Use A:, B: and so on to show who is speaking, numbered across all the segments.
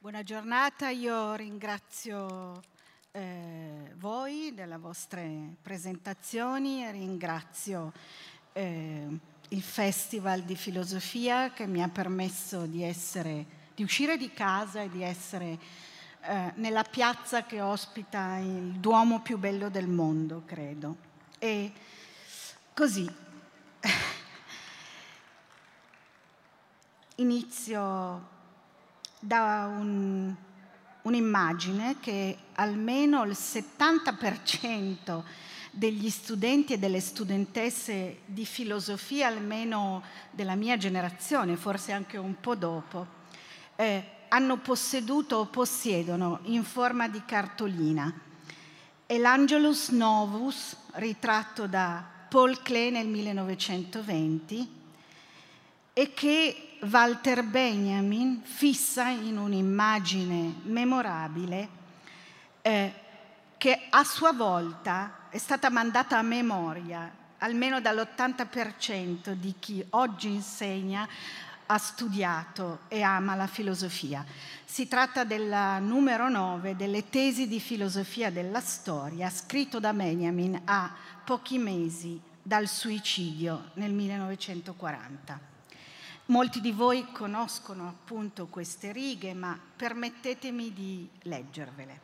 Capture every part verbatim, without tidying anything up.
A: Buona giornata, io ringrazio eh, voi delle vostre presentazioni, ringrazio eh, il Festival di Filosofia che mi ha permesso di, essere, di uscire di casa e di essere eh, nella piazza che ospita il Duomo più bello del mondo, credo. E così inizio da un, un'immagine che almeno il settanta per cento degli studenti e delle studentesse di filosofia, almeno della mia generazione, forse anche un po' dopo, eh, hanno posseduto o possiedono in forma di cartolina. È l'Angelus Novus, ritratto da Paul Klee nel millenovecentoventi, e che Walter Benjamin fissa in un'immagine memorabile eh, che a sua volta è stata mandata a memoria almeno dall'ottanta per cento di chi oggi insegna, ha studiato e ama la filosofia. Si tratta del numero nove delle tesi di filosofia della storia, scritto da Benjamin a pochi mesi dal suicidio nel millenovecentoquaranta. Molti di voi conoscono appunto queste righe, ma permettetemi di leggervele.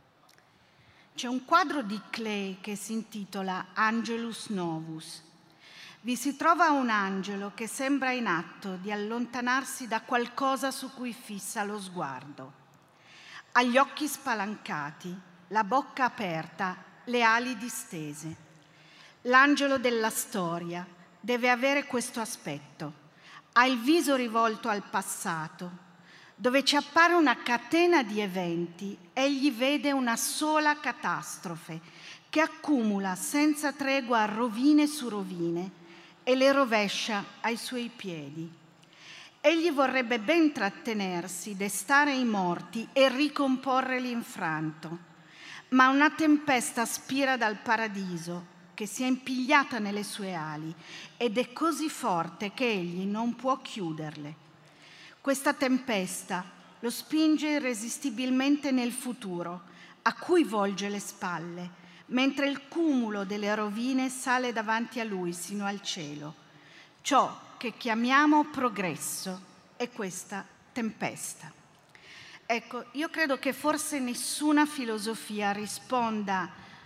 A: C'è un quadro di Klee che si intitola Angelus Novus. Vi si trova un angelo che sembra in atto di allontanarsi da qualcosa su cui fissa lo sguardo. Ha gli occhi spalancati, la bocca aperta, le ali distese. L'angelo della storia deve avere questo aspetto. Ha il viso rivolto al passato. Dove ci appare una catena di eventi, egli vede una sola catastrofe che accumula senza tregua rovine su rovine e le rovescia ai suoi piedi. Egli vorrebbe ben trattenersi, destare i morti e ricomporre l'infranto, ma una tempesta spira dal paradiso che si è impigliata nelle sue ali ed è così forte che egli non può chiuderle. Questa tempesta lo spinge irresistibilmente nel futuro, a cui volge le spalle, mentre il cumulo delle rovine sale davanti a lui sino al cielo. Ciò che chiamiamo progresso è questa tempesta. Ecco, io credo che forse nessuna filosofia risponda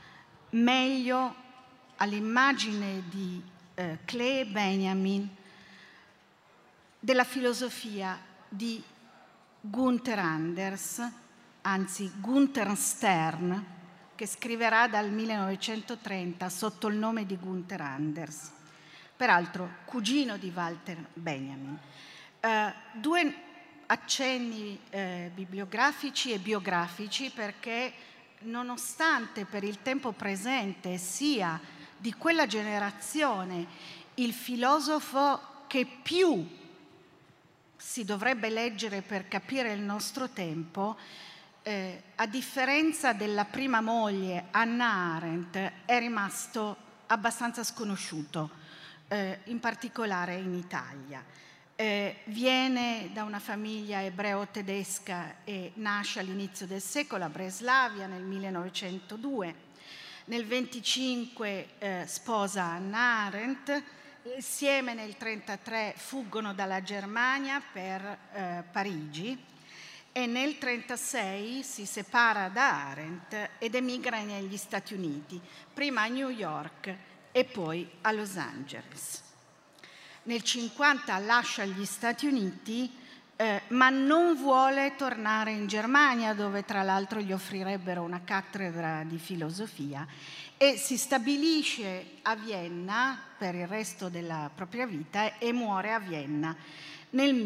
A: meglio all'immagine di eh, Klee e Benjamin della filosofia di Gunther Anders, anzi Gunther Stern, che scriverà dal millenovecentotrenta sotto il nome di Gunther Anders, peraltro cugino di Walter Benjamin. Eh, due accenni eh, bibliografici e biografici, perché nonostante per il tempo presente sia di quella generazione il filosofo che più si dovrebbe leggere per capire il nostro tempo, eh, a differenza della prima moglie Hannah Arendt, è rimasto abbastanza sconosciuto, eh, in particolare in Italia. Eh, viene da una famiglia ebreo-tedesca e nasce all'inizio del secolo a Breslavia nel millenovecentodue. Nel venticinque eh, sposa Hannah Arendt. Insieme nel trentatré fuggono dalla Germania per eh, Parigi e nel trentasei si separa da Arendt ed emigra negli Stati Uniti, prima a New York e poi a Los Angeles. Nel cinquanta lascia gli Stati Uniti, eh, ma non vuole tornare in Germania, dove tra l'altro gli offrirebbero una cattedra di filosofia, e si stabilisce a Vienna per il resto della propria vita e muore a Vienna nel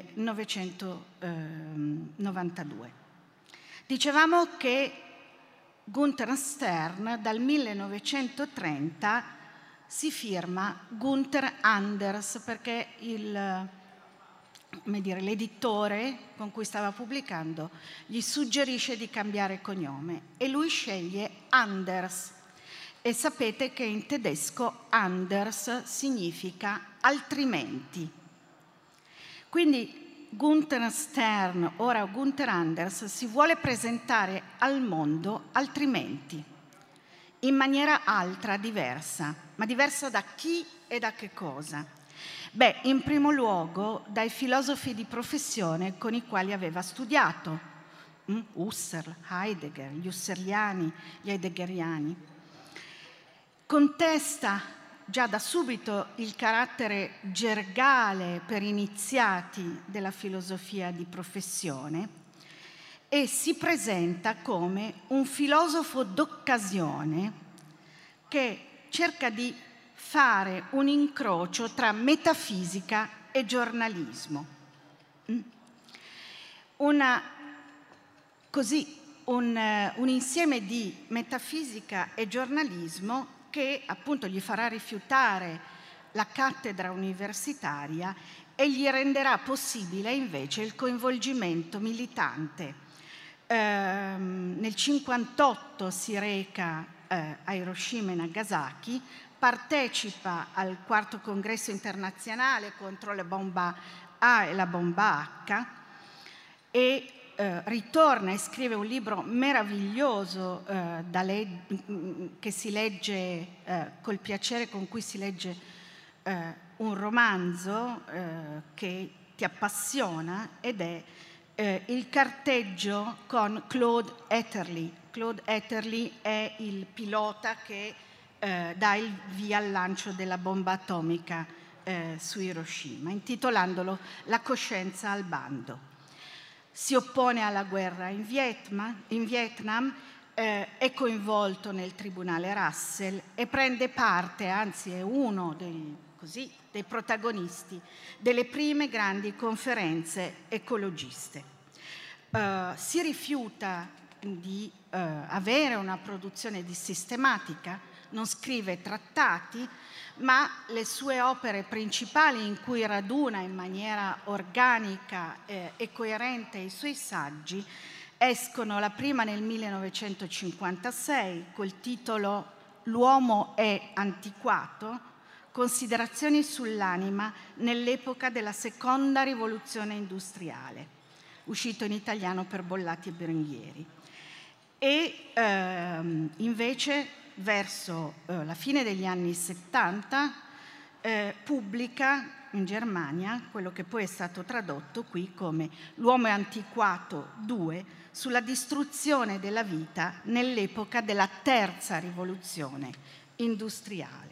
A: millenovecentonovantadue. Dicevamo che Gunther Stern dal millenovecentotrenta si firma Gunther Anders perché il, come dire, l'editore con cui stava pubblicando gli suggerisce di cambiare cognome e lui sceglie Anders. E sapete che in tedesco Anders significa altrimenti. Quindi Gunther Stern, ora Gunther Anders, si vuole presentare al mondo altrimenti, in maniera altra, diversa. Ma diversa da chi e da che cosa? Beh, in primo luogo dai filosofi di professione con i quali aveva studiato, mm? Husserl, Heidegger, gli husserliani, gli heideggeriani. Contesta già da subito il carattere gergale per iniziati della filosofia di professione e si presenta come un filosofo d'occasione che cerca di fare un incrocio tra metafisica e giornalismo. Una, così, un, un insieme di metafisica e giornalismo che appunto gli farà rifiutare la cattedra universitaria e gli renderà possibile invece il coinvolgimento militante. Ehm, nel cinquantotto si reca eh, a Hiroshima e Nagasaki, partecipa al quarto congresso internazionale contro la bomba A e la bomba H e Eh, ritorna e scrive un libro meraviglioso eh, da che si legge eh, col piacere con cui si legge eh, un romanzo eh, che ti appassiona, ed è eh, Il carteggio con Claude Etterly. Claude Etterly è il pilota che eh, dà il via al lancio della bomba atomica eh, su Hiroshima, intitolandolo La coscienza al bando. Si oppone alla guerra in Vietnam, in Vietnam eh, è coinvolto nel tribunale Russell e prende parte, anzi è uno dei, così, dei protagonisti delle prime grandi conferenze ecologiste. Uh, si rifiuta di uh, avere una produzione di sistematica, non scrive trattati, ma le sue opere principali in cui raduna in maniera organica eh, e coerente i suoi saggi escono, la prima nel millenovecentocinquantasei col titolo L'uomo è antiquato, considerazioni sull'anima nell'epoca della seconda rivoluzione industriale, uscito in italiano per Bollati e Berenghieri. E ehm, invece verso eh, la fine degli anni settanta eh, pubblica in Germania quello che poi è stato tradotto qui come L'uomo è antiquato due, sulla distruzione della vita nell'epoca della terza rivoluzione industriale.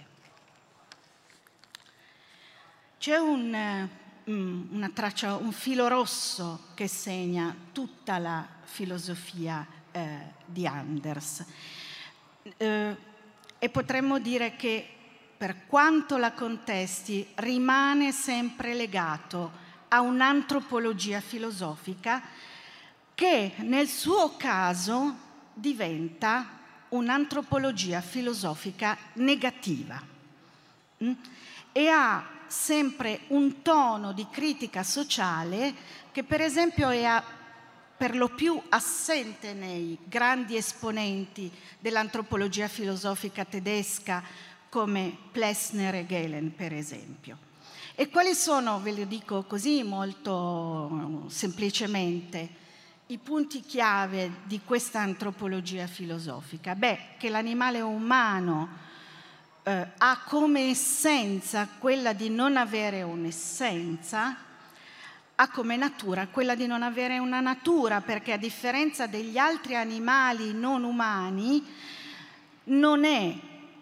A: C'è un, um, una traccia, un filo rosso che segna tutta la filosofia eh, di Anders. Eh, e potremmo dire che per quanto la contesti rimane sempre legato a un'antropologia filosofica che nel suo caso diventa un'antropologia filosofica negativa mm? e ha sempre un tono di critica sociale che per esempio è a per lo più assente nei grandi esponenti dell'antropologia filosofica tedesca come Plessner e Gehlen, per esempio. E quali sono, ve lo dico così molto semplicemente, i punti chiave di questa antropologia filosofica? Beh, che l'animale umano eh, ha come essenza quella di non avere un'essenza, ha come natura quella di non avere una natura, perché a differenza degli altri animali non umani non è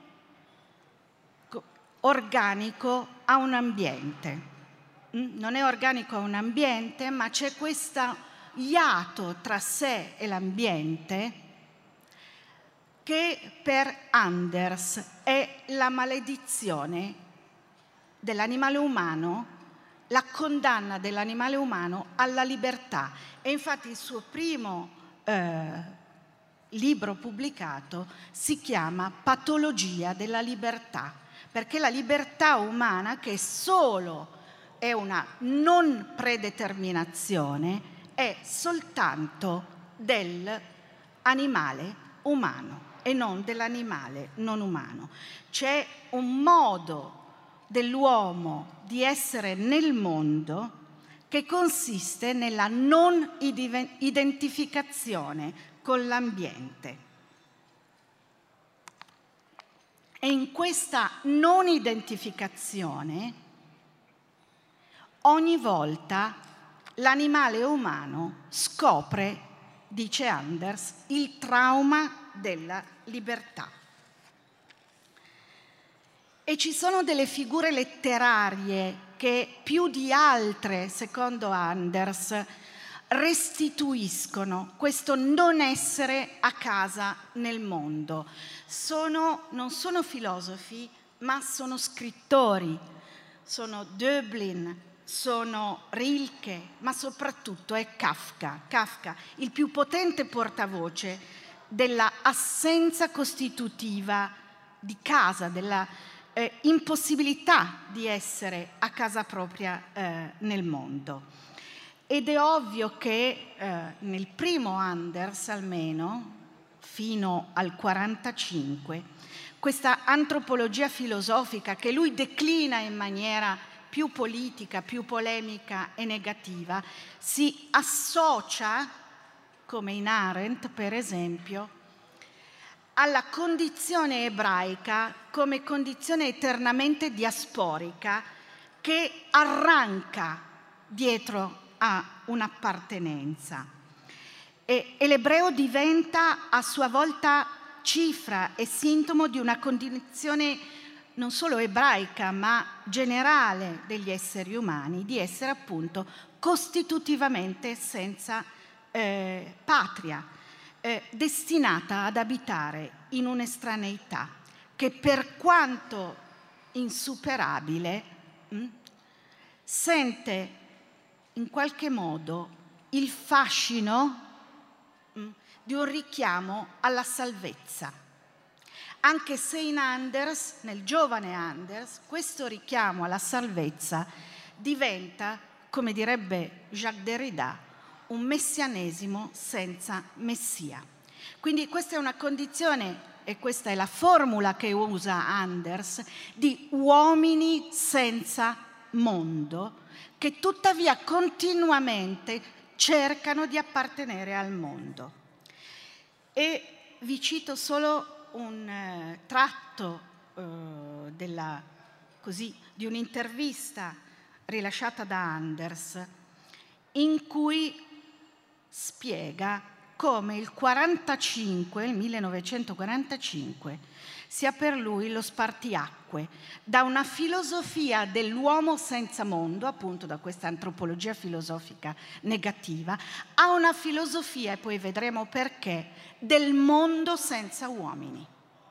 A: organico a un ambiente. Non è organico a un ambiente, ma c'è questo iato tra sé e l'ambiente che per Anders è la maledizione dell'animale umano, la condanna dell'animale umano alla libertà. E infatti il suo primo eh, libro pubblicato si chiama Patologia della libertà, perché la libertà umana, che solo è una non predeterminazione, è soltanto dell'animale umano e non dell'animale non umano. C'è un modo dell'uomo di essere nel mondo che consiste nella non identificazione con l'ambiente. E in questa non identificazione, ogni volta l'animale umano scopre, dice Anders, il trauma della libertà. E ci sono delle figure letterarie che più di altre, secondo Anders, restituiscono questo non essere a casa nel mondo. Sono, non sono filosofi, ma sono scrittori. Sono Döblin, sono Rilke, ma soprattutto è Kafka. Kafka, il più potente portavoce della assenza costitutiva di casa, della eh, impossibilità di essere a casa propria eh, nel mondo. Ed è ovvio che eh, nel primo Anders, almeno, fino al quarantacinque, questa antropologia filosofica che lui declina in maniera più politica, più polemica e negativa, si associa, come in Arendt per esempio, alla condizione ebraica come condizione eternamente diasporica che arranca dietro a un'appartenenza. E, e l'ebreo diventa a sua volta cifra e sintomo di una condizione non solo ebraica ma generale degli esseri umani, di essere appunto costitutivamente senza eh, patria, eh, destinata ad abitare in un'estraneità che, per quanto insuperabile, mh, sente in qualche modo il fascino mh, di un richiamo alla salvezza. Anche se in Anders, nel giovane Anders, questo richiamo alla salvezza diventa, come direbbe Jacques Derrida, un messianesimo senza messia. Quindi questa è una condizione, e questa è la formula che usa Anders, di uomini senza mondo, che tuttavia continuamente cercano di appartenere al mondo. E vi cito solo un eh, tratto eh, della, così, di un'intervista rilasciata da Anders, in cui spiega come il quarantacinque, il millenovecentoquarantacinque, sia per lui lo spartiacque da una filosofia dell'uomo senza mondo, appunto da questa antropologia filosofica negativa, a una filosofia, e poi vedremo perché, del mondo senza uomini.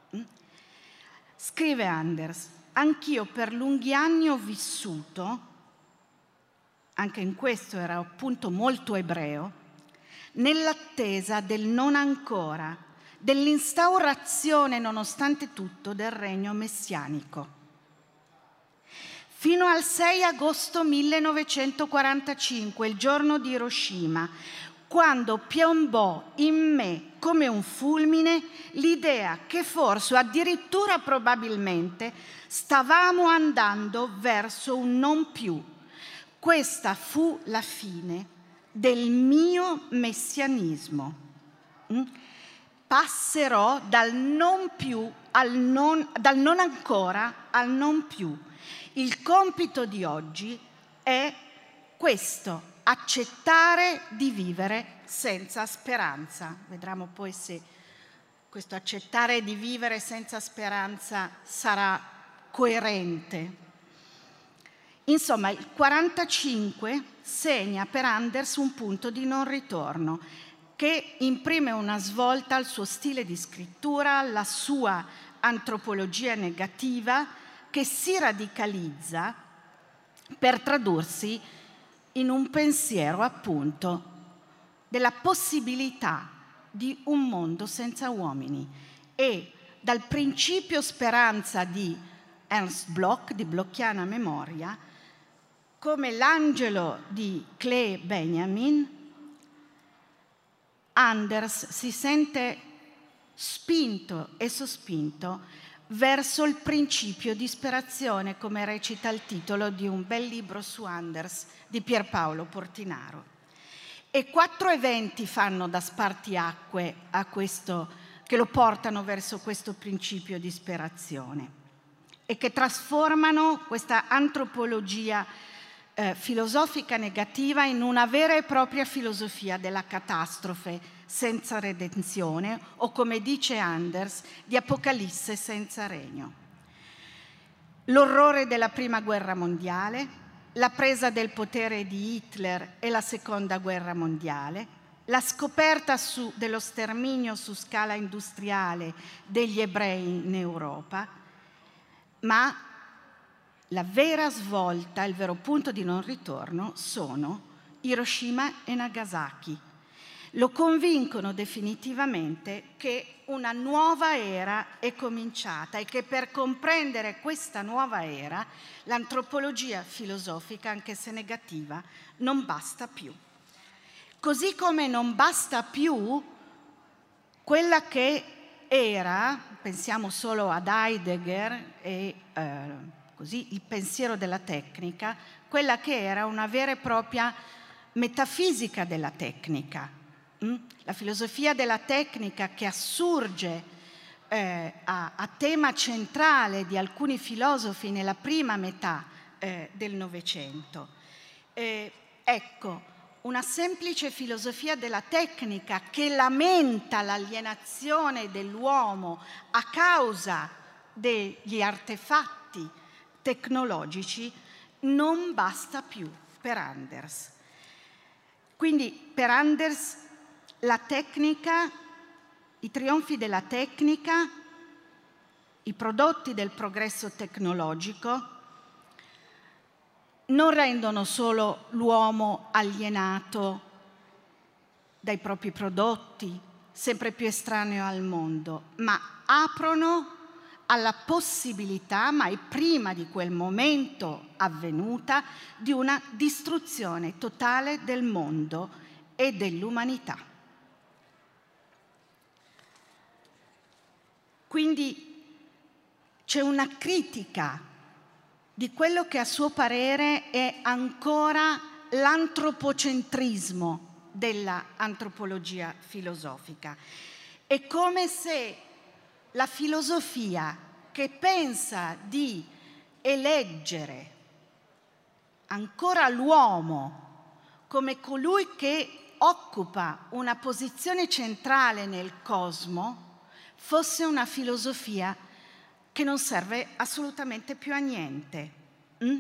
A: Scrive Anders: anch'io per lunghi anni ho vissuto, anche in questo era appunto molto ebreo, nell'attesa del non ancora, dell'instaurazione nonostante tutto del regno messianico. Fino al sei agosto millenovecentoquarantacinque, il giorno di Hiroshima, quando piombò in me come un fulmine l'idea che forse, o addirittura probabilmente, stavamo andando verso un non più. Questa fu la fine del mio messianismo. Passerò dal non più al non, dal non ancora al non più. Il compito di oggi è questo: accettare di vivere senza speranza. Vedremo poi se questo accettare di vivere senza speranza sarà coerente. Insomma, il quarantacinque segna per Anders un punto di non ritorno che imprime una svolta al suo stile di scrittura, alla sua antropologia negativa, che si radicalizza per tradursi in un pensiero appunto della possibilità di un mondo senza uomini. E dal principio speranza di Ernst Bloch, di Blocchiana memoria, come l'angelo di Clay Benjamin, Anders si sente spinto e sospinto verso il principio di ispirazione, come recita il titolo di un bel libro su Anders di Pierpaolo Portinaro. E quattro eventi fanno da spartiacque a questo, che lo portano verso questo principio di ispirazione e che trasformano questa antropologia eh, filosofica negativa in una vera e propria filosofia della catastrofe senza redenzione, o come dice Anders, di apocalisse senza regno. L'orrore della prima guerra mondiale, la presa del potere di Hitler e la seconda guerra mondiale, la scoperta su, dello sterminio su scala industriale degli ebrei in Europa, ma la vera svolta, il vero punto di non ritorno sono Hiroshima e Nagasaki. Lo convincono definitivamente che una nuova era è cominciata e che per comprendere questa nuova era l'antropologia filosofica, anche se negativa, non basta più. Così come non basta più quella che era, pensiamo solo ad Heidegger e eh, così il pensiero della tecnica, quella che era una vera e propria metafisica della tecnica. La filosofia della tecnica che assurge eh, a, a tema centrale di alcuni filosofi nella prima metà eh, del Novecento. Eh, ecco, una semplice filosofia della tecnica che lamenta l'alienazione dell'uomo a causa degli artefatti tecnologici non basta più per Anders. Quindi per Anders la tecnica, i trionfi della tecnica, i prodotti del progresso tecnologico non rendono solo l'uomo alienato dai propri prodotti, sempre più estraneo al mondo, ma aprono alla possibilità, mai prima di quel momento avvenuta, di una distruzione totale del mondo e dell'umanità. Quindi c'è una critica di quello che a suo parere è ancora l'antropocentrismo dell'antropologia filosofica. È come se la filosofia che pensa di eleggere ancora l'uomo come colui che occupa una posizione centrale nel cosmo fosse una filosofia che non serve assolutamente più a niente. Mm?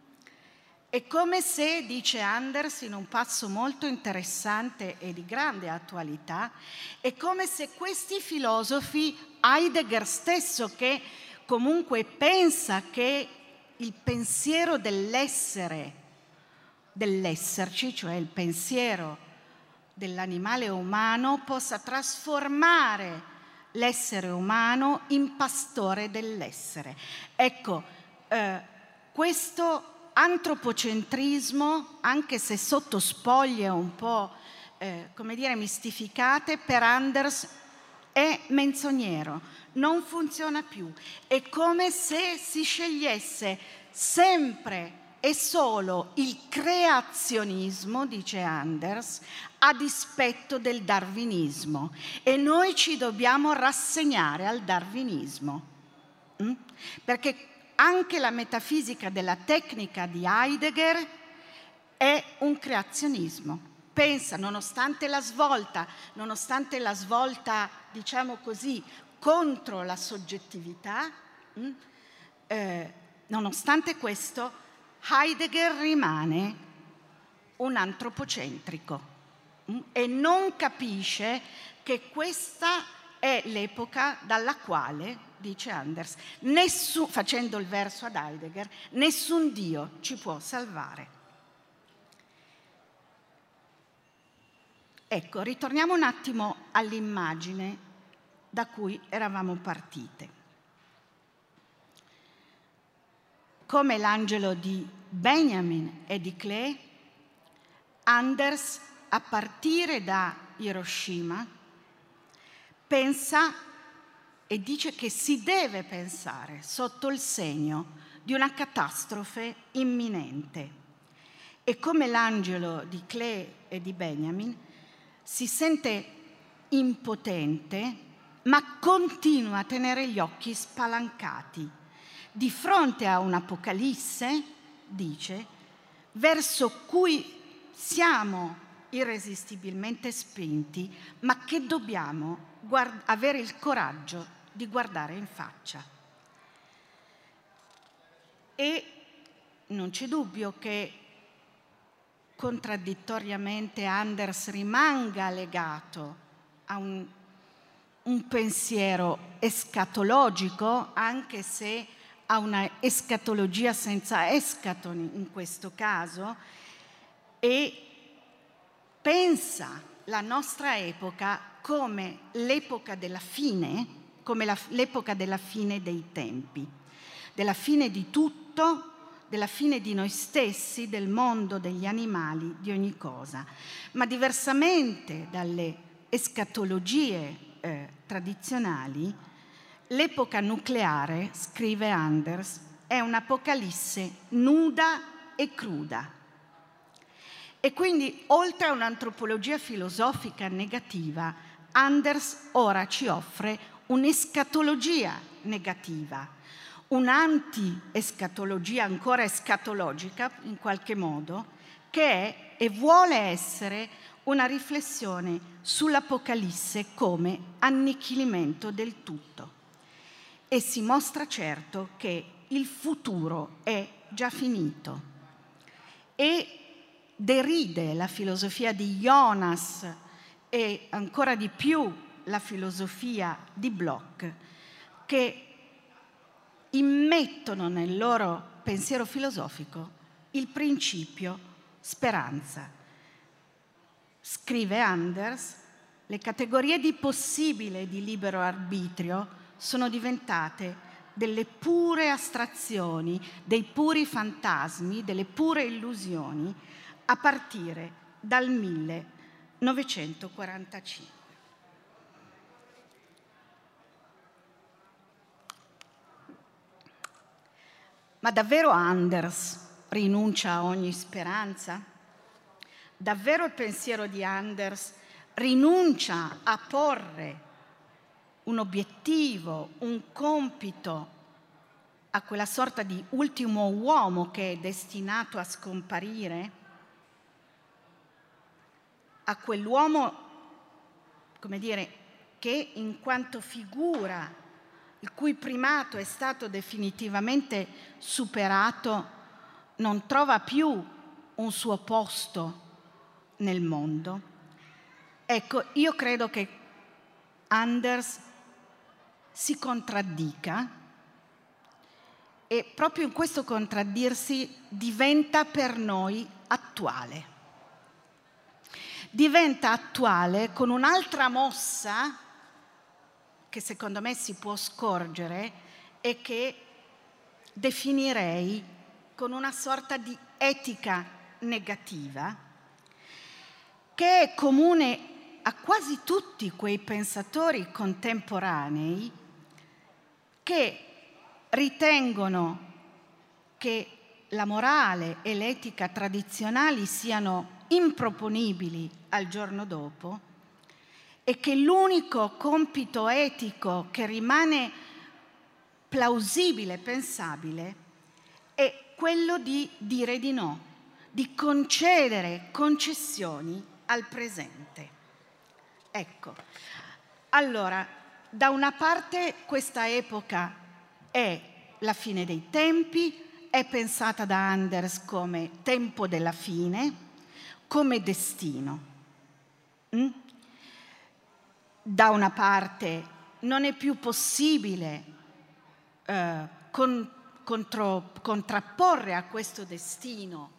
A: È come se, dice Anders in un passo molto interessante e di grande attualità, è come se questi filosofi, Heidegger stesso, che comunque pensa che il pensiero dell'essere, dell'esserci, cioè il pensiero dell'animale umano, possa trasformare l'essere umano in pastore dell'essere. Ecco, eh, questo antropocentrismo, anche se sotto spoglie un po', eh, come dire, mistificate, per Anders è menzognero, non funziona più. È come se si scegliesse sempre e solo il creazionismo, dice Anders, a dispetto del darwinismo, e noi ci dobbiamo rassegnare al darwinismo, mm? perché anche la metafisica della tecnica di Heidegger è un creazionismo. Pensa, nonostante la svolta, nonostante la svolta, diciamo così, contro la soggettività, mm? eh, nonostante questo, Heidegger rimane un antropocentrico mm? e non capisce che questa è l'epoca dalla quale, dice Anders, nessun, facendo il verso ad Heidegger, nessun Dio ci può salvare. Ecco, ritorniamo un attimo all'immagine da cui eravamo partite. Come l'angelo di Benjamin e di Klee, Anders, a partire da Hiroshima, pensa e dice che si deve pensare sotto il segno di una catastrofe imminente. E come l'angelo di Clee e di Benjamin, si sente impotente, ma continua a tenere gli occhi spalancati di fronte a un'apocalisse, dice, verso cui siamo irresistibilmente spinti, ma che dobbiamo avere il coraggio di guardare in faccia. E non c'è dubbio che contraddittoriamente Anders rimanga legato a un, un pensiero escatologico, anche se ha una escatologia senza escatoni in questo caso, e pensa la nostra epoca come l'epoca della fine, come la, l'epoca della fine dei tempi, della fine di tutto, della fine di noi stessi, del mondo, degli animali, di ogni cosa. Ma diversamente dalle escatologie eh, tradizionali, l'epoca nucleare, scrive Anders, è un'apocalisse nuda e cruda. E quindi, oltre a un'antropologia filosofica negativa, Anders ora ci offre un'escatologia negativa, un'anti-escatologia ancora escatologica, in qualche modo, che è e vuole essere una riflessione sull'Apocalisse come annichilimento del tutto. E si mostra certo che il futuro è già finito. E deride la filosofia di Jonas e ancora di più la filosofia di Bloch, che immettono nel loro pensiero filosofico il principio speranza. Scrive Anders, le categorie di possibile e di libero arbitrio sono diventate delle pure astrazioni, dei puri fantasmi, delle pure illusioni, a partire dal millenovecentoquarantacinque. Ma davvero Anders rinuncia a ogni speranza? Davvero il pensiero di Anders rinuncia a porre un obiettivo, un compito a quella sorta di ultimo uomo che è destinato a scomparire? A quell'uomo, come dire, che in quanto figura, il cui primato è stato definitivamente superato, non trova più un suo posto nel mondo? Ecco, io credo che Anders si contraddica e proprio in questo contraddirsi diventa per noi attuale. Diventa attuale con un'altra mossa che secondo me si può scorgere e che definirei con una sorta di etica negativa, che è comune a quasi tutti quei pensatori contemporanei che ritengono che la morale e l'etica tradizionali siano improponibili al giorno dopo e che l'unico compito etico che rimane plausibile, pensabile, è quello di dire di no, di concedere concessioni al presente. Ecco, allora, da una parte questa epoca è la fine dei tempi, è pensata da Anders come tempo della fine, come destino. Mm? Da una parte non è più possibile eh, con, contro, contrapporre a questo destino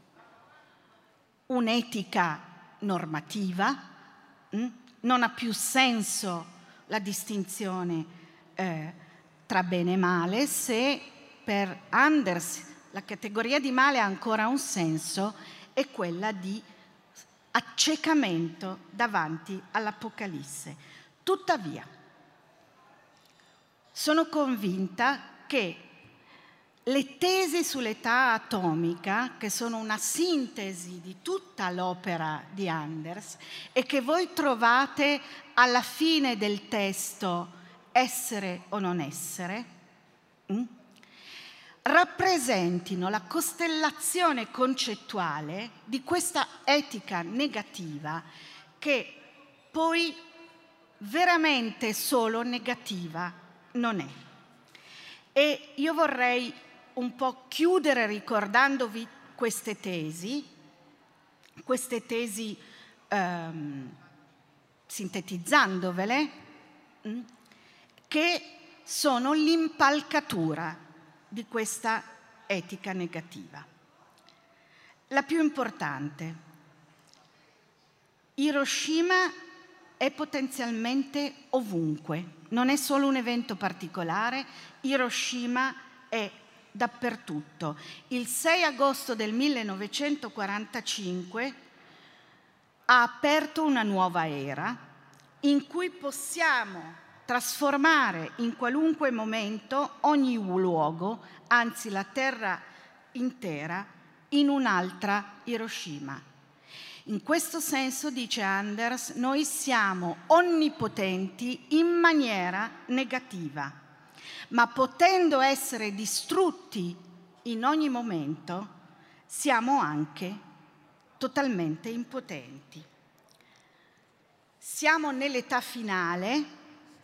A: un'etica normativa, mm? Non ha più senso la distinzione eh, tra bene e male. Se per Anders la categoria di male ha ancora un senso, è quella di accecamento davanti all'Apocalisse. Tuttavia, sono convinta che le tesi sull'età atomica, che sono una sintesi di tutta l'opera di Anders e che voi trovate alla fine del testo Essere o non essere, hm? rappresentino la costellazione concettuale di questa etica negativa che poi veramente solo negativa non è. E io vorrei un po' chiudere ricordandovi queste tesi, queste tesi ehm, sintetizzandovele, mh, che sono l'impalcatura di questa etica negativa. La più importante: Hiroshima è potenzialmente ovunque, non è solo un evento particolare, Hiroshima è dappertutto. Il sei agosto del millenovecentoquarantacinque ha aperto una nuova era in cui possiamo trasformare in qualunque momento ogni luogo, anzi la terra intera, in un'altra Hiroshima. In questo senso, dice Anders, noi siamo onnipotenti in maniera negativa, ma potendo essere distrutti in ogni momento, siamo anche totalmente impotenti. Siamo nell'età finale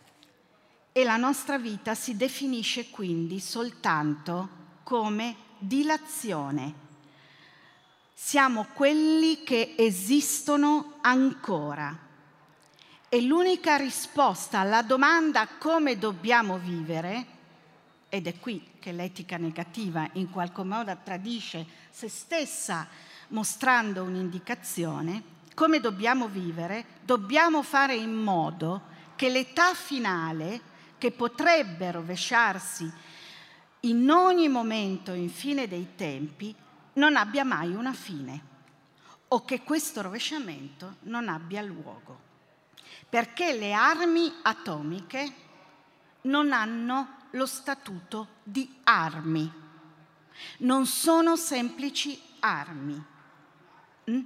A: e la nostra vita si definisce quindi soltanto come dilazione. Siamo quelli che esistono ancora. E l'unica risposta alla domanda come dobbiamo vivere, ed è qui che l'etica negativa in qualche modo tradisce se stessa mostrando un'indicazione, come dobbiamo vivere, dobbiamo fare in modo che l'età finale, che potrebbe rovesciarsi in ogni momento, in fine dei tempi, non abbia mai una fine, o che questo rovesciamento non abbia luogo. Perché le armi atomiche non hanno lo statuto di armi, non sono semplici armi. Mm?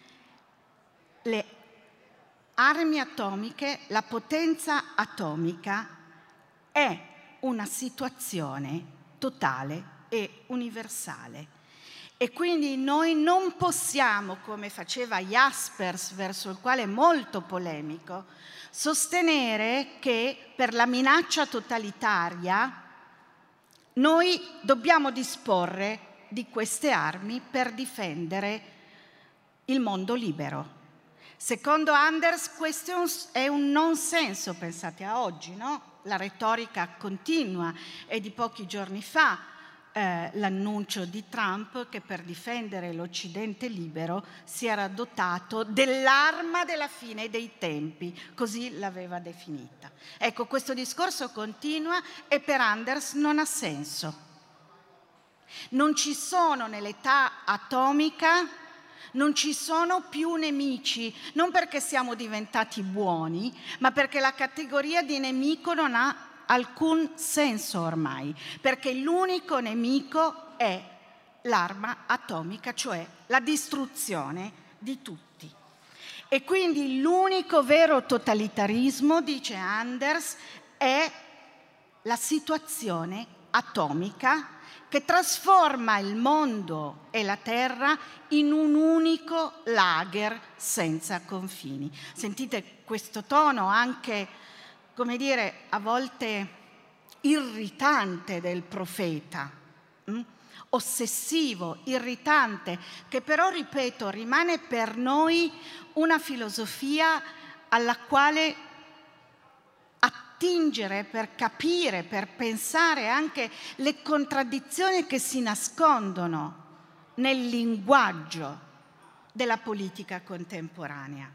A: Le armi atomiche, la potenza atomica è una situazione totale e universale. E quindi noi non possiamo, come faceva Jaspers, verso il quale è molto polemico, sostenere che per la minaccia totalitaria noi dobbiamo disporre di queste armi per difendere il mondo libero. Secondo Anders questo è un non senso, pensate a oggi, no? La retorica continua, è di pochi giorni fa eh, l'annuncio di Trump che per difendere l'Occidente libero si era dotato dell'arma della fine dei tempi, così l'aveva definita. Ecco, questo discorso continua e per Anders non ha senso. Non ci sono nell'età atomica, non ci sono più nemici, non perché siamo diventati buoni, ma perché la categoria di nemico non ha alcun senso ormai, perché l'unico nemico è l'arma atomica, cioè la distruzione di tutti. E quindi l'unico vero totalitarismo, dice Anders, è la situazione atomica che trasforma il mondo e la terra in un unico lager senza confini. Sentite questo tono anche, come dire, a volte irritante del profeta, hm? ossessivo, irritante, che però, ripeto, rimane per noi una filosofia alla quale attingere per capire, per pensare anche le contraddizioni che si nascondono nel linguaggio della politica contemporanea.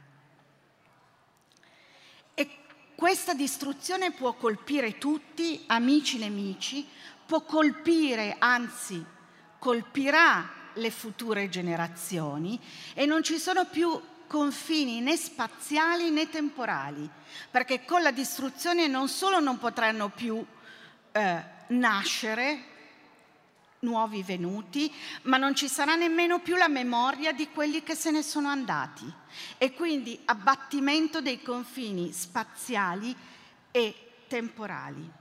A: E questa distruzione può colpire tutti, amici e nemici, può colpire, anzi colpirà le future generazioni e non ci sono più confini né spaziali né temporali, perché con la distruzione non solo non potranno più eh, nascere nuovi venuti, ma non ci sarà nemmeno più la memoria di quelli che se ne sono andati, e quindi abbattimento dei confini spaziali e temporali.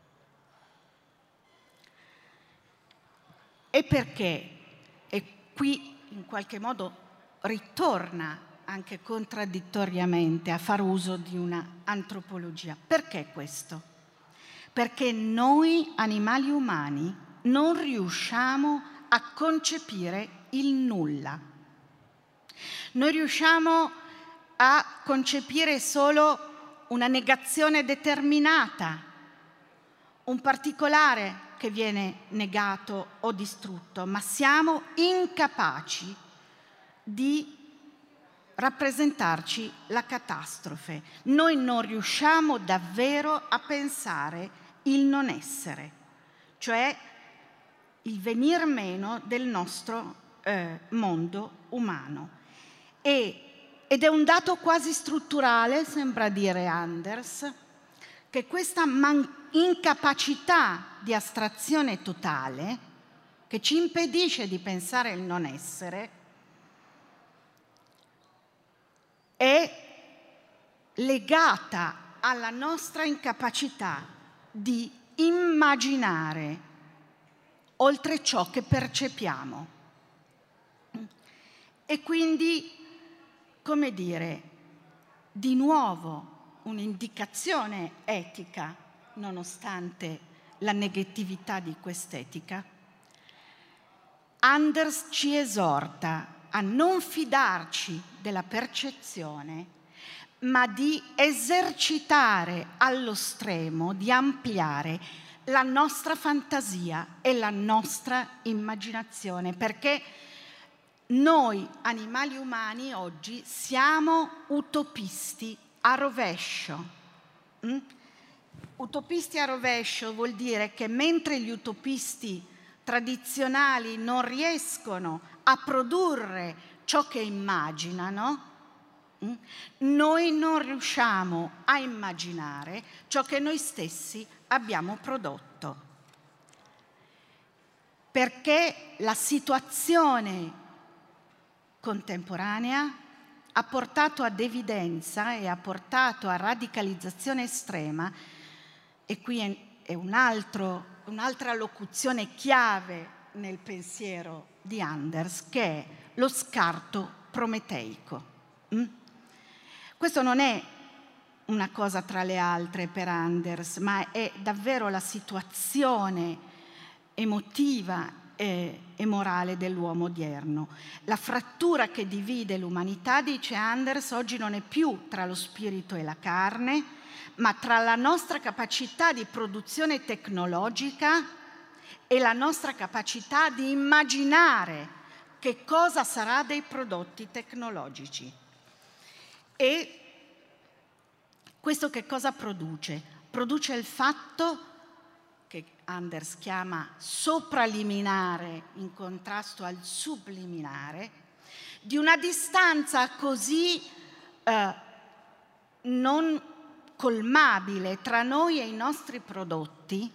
A: E perché? E qui in qualche modo ritorna anche contraddittoriamente a far uso di una antropologia. Perché questo? Perché noi animali umani non riusciamo a concepire il nulla. Noi riusciamo a concepire solo una negazione determinata, un particolare che viene negato o distrutto, ma siamo incapaci di rappresentarci la catastrofe. Noi non riusciamo davvero a pensare il non essere, cioè il venir meno del nostro eh, mondo umano. E, ed è un dato quasi strutturale, sembra dire Anders, che questa man- incapacità di astrazione totale, che ci impedisce di pensare il non essere, è legata alla nostra incapacità di immaginare oltre ciò che percepiamo. E quindi, come dire, di nuovo un'indicazione etica, nonostante la negatività di quest'etica. Anders ci esorta a non fidarci della percezione, ma di esercitare allo stremo, di ampliare la nostra fantasia e la nostra immaginazione, perché noi animali umani oggi siamo utopisti a rovescio. Mm? Utopisti a rovescio vuol dire che mentre gli utopisti tradizionali non riescono a produrre ciò che immaginano, mm? noi non riusciamo a immaginare ciò che noi stessi abbiamo prodotto. Perché la situazione contemporanea ha portato ad evidenza e ha portato a radicalizzazione estrema, e qui è, è un altro, un'altra locuzione chiave nel pensiero di Anders, che è lo scarto prometeico. Mm? Questo non è una cosa tra le altre per Anders, ma è davvero la situazione emotiva e, e morale dell'uomo odierno. La frattura che divide l'umanità, dice Anders, oggi non è più tra lo spirito e la carne, ma tra la nostra capacità di produzione tecnologica e la nostra capacità di immaginare che cosa sarà dei prodotti tecnologici. E questo che cosa produce? Produce il fatto che Anders chiama sopraliminare in contrasto al subliminare, di una distanza così eh, non colmabile tra noi e i nostri prodotti,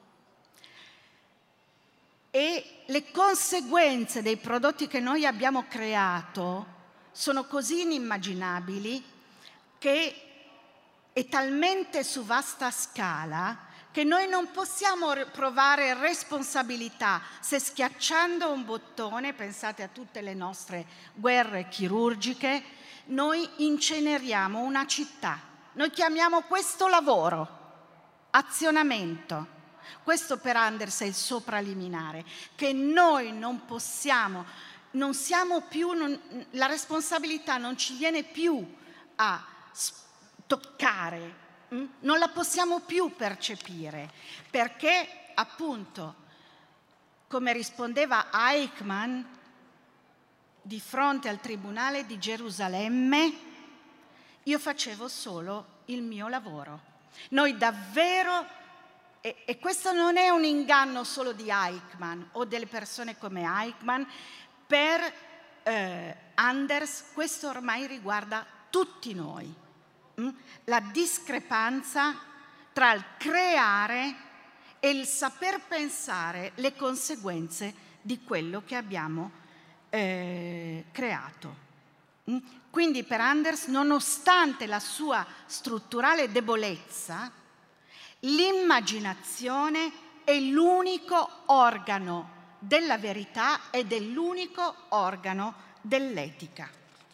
A: e le conseguenze dei prodotti che noi abbiamo creato sono così inimmaginabili che è talmente su vasta scala che noi non possiamo provare responsabilità se, schiacciando un bottone, pensate a tutte le nostre guerre chirurgiche, noi inceneriamo una città. Noi chiamiamo questo lavoro, azionamento. Questo per Anders è il sopraliminare, che noi non possiamo, non siamo più, non, la responsabilità non ci viene più a toccare, mh? non la possiamo più percepire, perché appunto, come rispondeva Eichmann di fronte al Tribunale di Gerusalemme, io facevo solo il mio lavoro. Noi davvero, e, e questo non è un inganno solo di Eichmann o delle persone come Eichmann, per eh, Anders questo ormai riguarda tutti noi. Mm? La discrepanza tra il creare e il saper pensare le conseguenze di quello che abbiamo eh, creato. Quindi per Anders, nonostante la sua strutturale debolezza, l'immaginazione è l'unico organo della verità ed è l'unico organo dell'etica.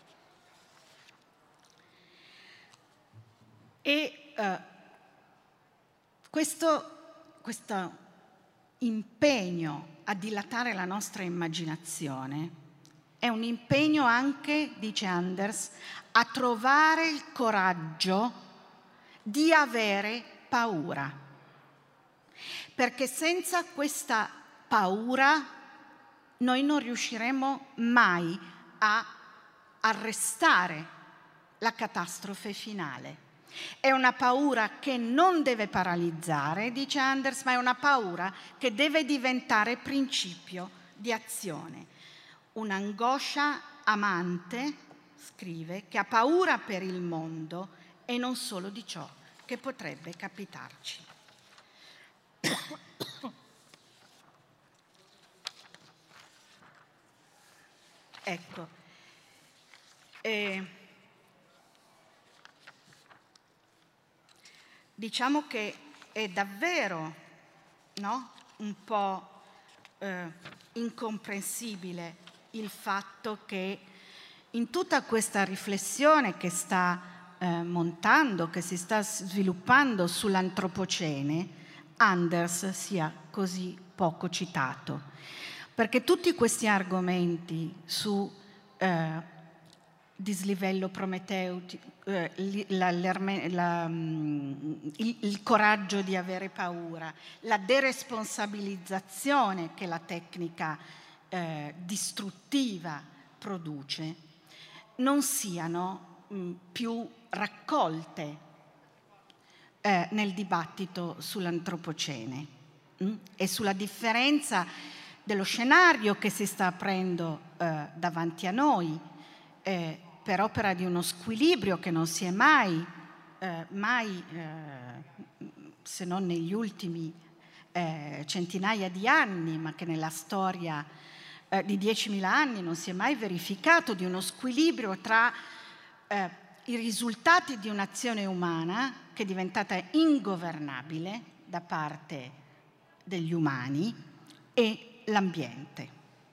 A: E eh, questo, questo impegno a dilatare la nostra immaginazione è un impegno anche, dice Anders, a trovare il coraggio di avere paura. Perché senza questa paura noi non riusciremo mai a arrestare la catastrofe finale. È una paura che non deve paralizzare, dice Anders, ma è una paura che deve diventare principio di azione. Un'angoscia amante, scrive, che ha paura per il mondo e non solo di ciò che potrebbe capitarci. Ecco, eh, diciamo che è davvero, no, un po' eh, incomprensibile il fatto che in tutta questa riflessione che sta eh, montando, che si sta sviluppando sull'antropocene, Anders sia così poco citato. Perché tutti questi argomenti su eh, dislivello prometeutico, eh, la, la, il, il coraggio di avere paura, la deresponsabilizzazione che la tecnica eh, distruttiva produce, non siano mh, più raccolte eh, nel dibattito sull'antropocene mh? e sulla differenza dello scenario che si sta aprendo eh, davanti a noi, eh, per opera di uno squilibrio che non si è mai, eh, mai eh, se non negli ultimi eh, centinaia di anni, ma che nella storia eh, di diecimila anni non si è mai verificato, di uno squilibrio tra eh, i risultati di un'azione umana che è diventata ingovernabile da parte degli umani e l'ambiente.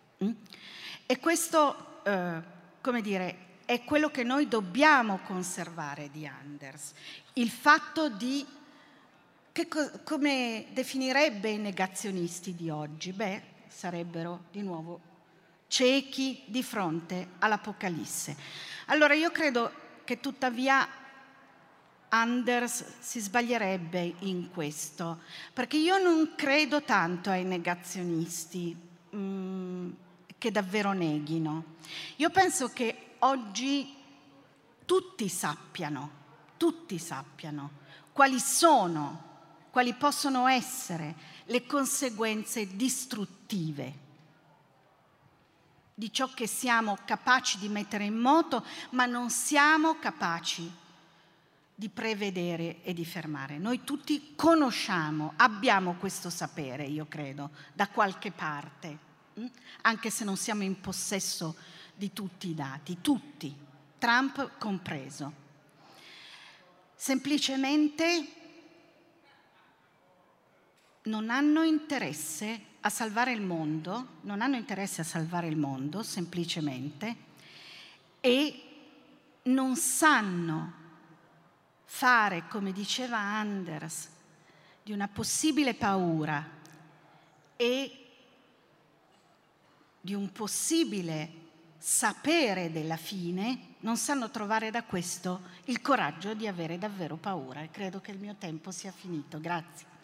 A: E questo, eh, come dire, è quello che noi dobbiamo conservare di Anders. Il fatto di, che co- come definirebbe i negazionisti di oggi? Beh, sarebbero di nuovo ciechi di fronte all'Apocalisse. Allora io credo che tuttavia Anders si sbaglierebbe in questo, perché io non credo tanto ai negazionisti mh, che davvero neghino. Io penso che oggi tutti sappiano, tutti sappiano quali sono, quali possono essere le conseguenze distruttive di ciò che siamo capaci di mettere in moto, ma non siamo capaci di prevedere e di fermare. Noi tutti conosciamo, abbiamo questo sapere, io credo, da qualche parte, hm? anche se non siamo in possesso di tutti i dati, tutti, Trump compreso. Semplicemente non hanno interesse a salvare il mondo, non hanno interesse a salvare il mondo, semplicemente, e non sanno fare, come diceva Anders, di una possibile paura e di un possibile sapere della fine, non sanno trovare da questo il coraggio di avere davvero paura. E credo che il mio tempo sia finito. Grazie.